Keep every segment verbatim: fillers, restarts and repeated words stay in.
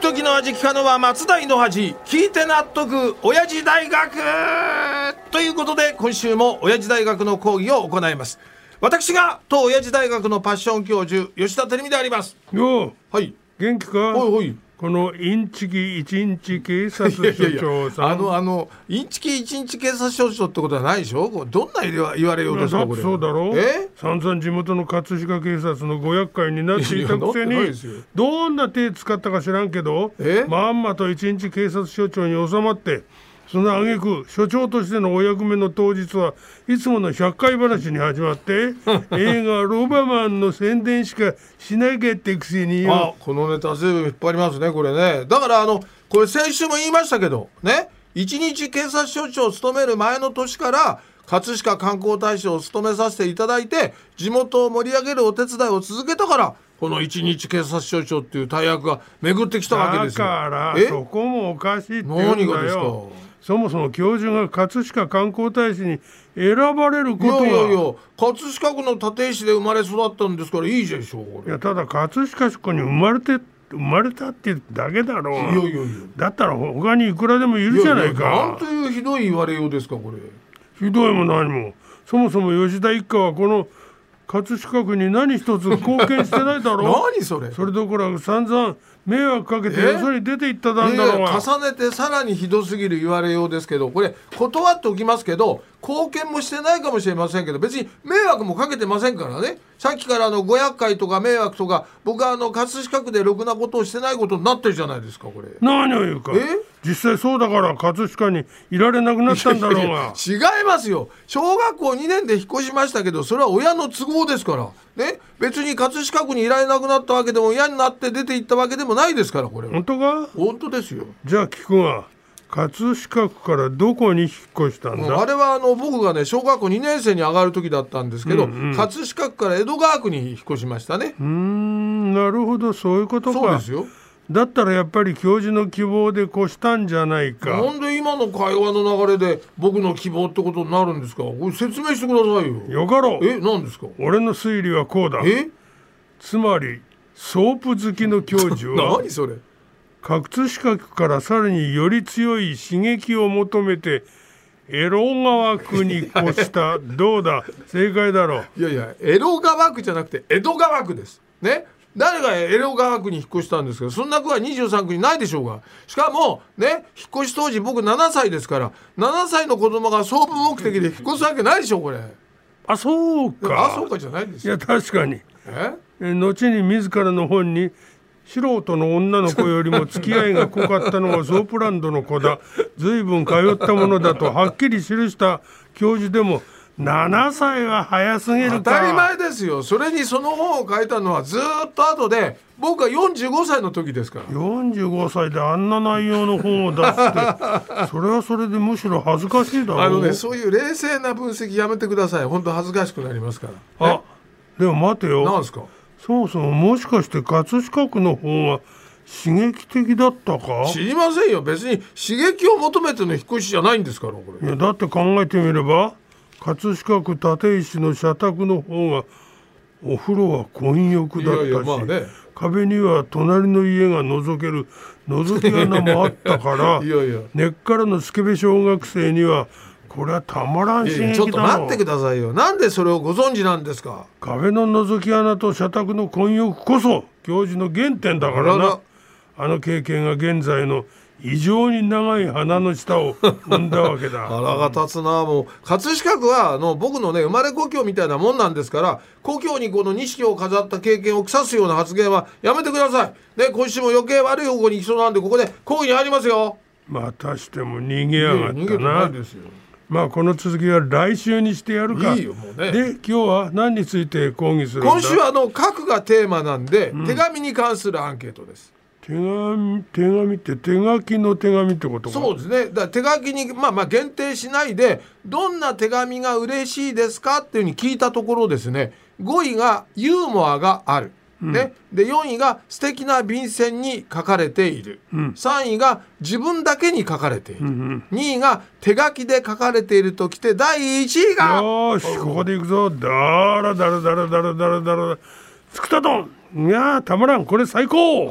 時の味聞かぬは松代の恥、聞いて納得親父大学ということで、今週も親父大学の講義を行います。私が当親父大学のパッション教授吉田照美であります。 よう、 はい、 元気か。 おいおい、 このインチキ一日警察署長さん、 いやいやいや、あのあのインチキ一日警察署長ってことはないでしょ。これどんな言われようですか。これそうだろう。 え散々地元の葛飾警察のご厄介になっていたくせに、 いやいや、 どんな手使ったか知らんけど、まんまと一日警察署長に収まって、その挙句署長としてのお役目の当日はいつものひゃっかい話に始まって映画ロバマンの宣伝しかしなきゃってくせによ。 あ、このネタ随分引っ張りますね、これね。だからあのこれ先週も言いましたけどね、一日警察署長を務める前の年から葛飾観光大使を務めさせていただいて、地元を盛り上げるお手伝いを続けたから、この一日警察署長っていう大役が巡ってきたわけですよ。 だからそこもおかしいって言うんだよ。 何がですか。 そもそも教授が葛飾観光大使に選ばれることは。 いやいやいや、葛飾区の立石で生まれ育ったんですからいいでしょう。これいや、ただ葛飾市に生まれて生まれたってだけだろう。いやいやいや、 だったら他にいくらでもいるじゃないか。 いやいや、なんというひどい言われようですか。これひどいも何も。そもそも吉田一家はこの葛飾区に何一つ貢献してないだろう。 何それ。 それどころ散々迷惑かけてよそに出ていっただんだろうが。 重ねてさらにひどすぎる言われようですけど、これ断っておきますけど、貢献もしてないかもしれませんけど、別に迷惑もかけてませんからね。さっきからあのご厄介とか迷惑とか、僕はあの葛飾区でろくなことをしてないことになってるじゃないですか。これ何を言うか。実際そうだから葛飾にいられなくなったんだろうが。いやいや、 違いますよ。小学校にねんで引っ越しましたけど、それは親の都合ですからね。別に葛飾区にいられなくなったわけでも、嫌になって出て行ったわけでもないですから。これ本当か。 本当ですよ。 じゃあ聞くが、葛飾区からどこに引っ越したんだ。 あれはあの僕がね小学校にねん生に上がる時だったんですけど、うんうん、葛飾区から江戸川区に引っ越しましたね。 うーん、なるほど、そういうことか。 そうですよ。 だったらやっぱり教授の希望で越したんじゃないか。 なんで今の会話の流れで僕の希望ってことになるんですか。これ説明してくださいよ。 よかろう。 え、何ですか。 俺の推理はこうだ。 え、 つまりソープ好きの教授は何それ。 葛飾区からさらにより強い刺激を求めて江戸川区に越したどうだ、正解だろう。いやいや、江戸川区じゃなくて江戸川区ですね。誰が江戸川区に引っ越したんですか。そんな区はにじゅうさんくにないでしょうが。しかもね、引っ越し当時僕ななさいですから、ななさいの子供がソープ目的で引っ越すわけないでしょこれ。 あ、そうか。 あ、そうかじゃないんですよ。 いや、確かに。 ええ後に自らの本に素人の女の子よりも付き合いが濃かったのはソープランドの子だ、随分通ったものだとはっきり記した教授でもななさいは早すぎるか。 当たり前ですよ。それにその本を書いたのはずっと後で、僕はよんじゅうごさいの時ですから。 よんじゅうごさいであんな内容の本を出すってそれはそれでむしろ恥ずかしいだろう。 あのね、そういう冷静な分析やめてください。本当恥ずかしくなりますから。 あ、でも待てよ。 何ですか。 そもそももしかして葛飾区の本は刺激的だったか。 知りませんよ。別に刺激を求めての引っ越しじゃないんですから。これいや、だって考えてみれば葛飾区立石の社宅の方がお風呂は混浴だったし、いやいや、まあね、壁には隣の家が覗ける覗き穴もあったからいやいや、 根っからのスケベ小学生にはこれはたまらん刺激だろう。 ちょっと待ってくださいよ。なんでそれをご存知なんですか。 壁の覗き穴と社宅の混浴こそ教授の原点だからな。あの経験が現在の異常に長い鼻の下を生んだわけだ。 腹が立つな。もう葛飾区はあの僕のね生まれ故郷みたいなもんなんですから、故郷にこの錦を飾った経験を腐すような発言はやめてくださいね。今週も余計悪い方向に行きそうなんで、ここで講義に入りますよ。 またしても逃げやがったな。 逃げてないですよ。 まあこの続きは来週にしてやるか。 いいよもうね。 で、今日は何について講義するんだ。 今週はあの核がテーマなんで、うん、手紙に関するアンケートです。 手紙、手紙って手書きの手紙ってことか。 そうですね。だから手書きにまあまあ限定しないで、どんな手紙が嬉しいですかっていうふうに聞いたところですね、ごいがユーモアがある、うんね、でよんいが素敵な便箋に書かれている、うん、さんいが自分だけに書かれている、うんうん、にいが手書きで書かれているときて、だいいちいが、 よしここでいくぞ。だらだらだらだらだらだらつくたどん。いやたまらん、これ最高。 はい、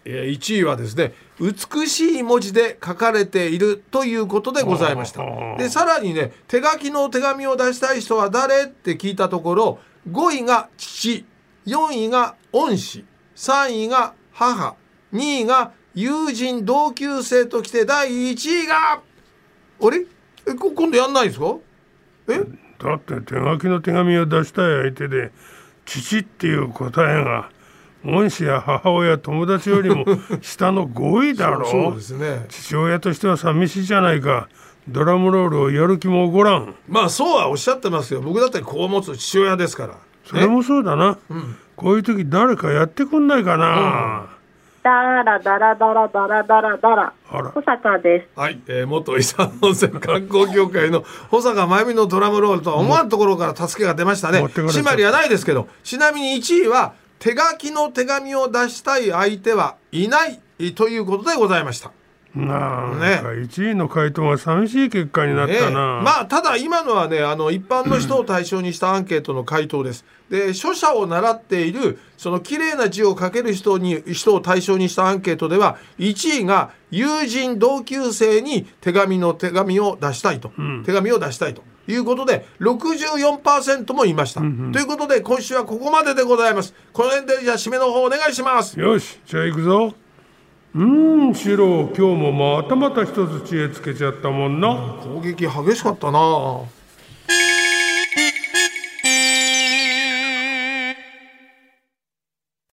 いちいはですね、美しい文字で書かれているということでございました。でさらにね、手書きの手紙を出したい人は誰って聞いたところ、ごいが父、よんいが恩師、さんいが母、にいが友人同級生ときてだいいちいがあれえこ今度やんないんですか？えだって手書きの手紙を出したい相手で父っていう答えが恩師や母親友達よりも下のごいだろう。 そうそうですね。 父親としては寂しいじゃないか。ドラムロールをやる気も起こらん。 まあそうはおっしゃってますよ。僕だって子を持つ父親ですから。 それもそうだな、うん、こういう時誰かやってくんないかな、うんだらだらだらだらだらだら保坂です。 はい、えー、元伊佐温泉観光協会の保坂真由美のドラムロールとは思わんところから助けが出ましたね。締まりはないですけど、ちなみにいちいは手書きの手紙を出したい相手はいないということでございました。 なんかいちいの回答が寂しい結果になったな、 ね、まあただ今のはね、あの一般の人を対象にしたアンケートの回答です。で書写を習っているその綺麗な字を書ける人に人を対象にしたアンケートでは、いちいが友人同級生に手紙の手紙を出したいと、うん、手紙を出したいということで ろくじゅうよんパーセント もいました、うんうん、ということで今週はここまででございます。この辺でじゃあ締めの方お願いします。 よし、じゃあ行くぞ。うーん、シロ今日もまたまた一つ知恵つけちゃったもんな。 攻撃激しかったな。